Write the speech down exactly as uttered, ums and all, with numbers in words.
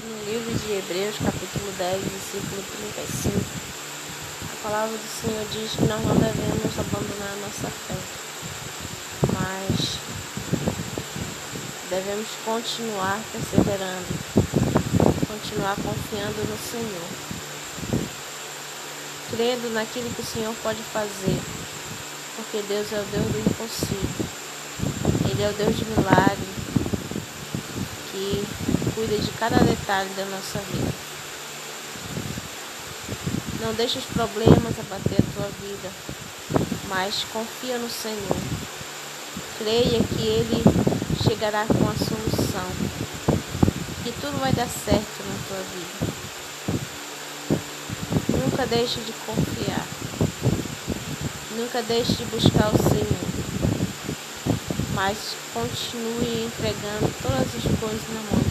No livro de Hebreus, capítulo dez, versículo trinta e cinco, a palavra do Senhor diz que nós não devemos abandonar a nossa fé, mas devemos continuar perseverando, continuar confiando no Senhor, crendo naquilo que o Senhor pode fazer, porque Deus é o Deus do impossível. Ele é o Deus de milagre, que cuida de cada detalhe da nossa vida. Não deixe os problemas abater a tua vida, mas confia no Senhor. Creia que Ele chegará com a solução, que tudo vai dar certo na tua vida. Nunca deixe de confiar. Nunca deixe de buscar o Senhor, mas continue entregando todas as coisas na mão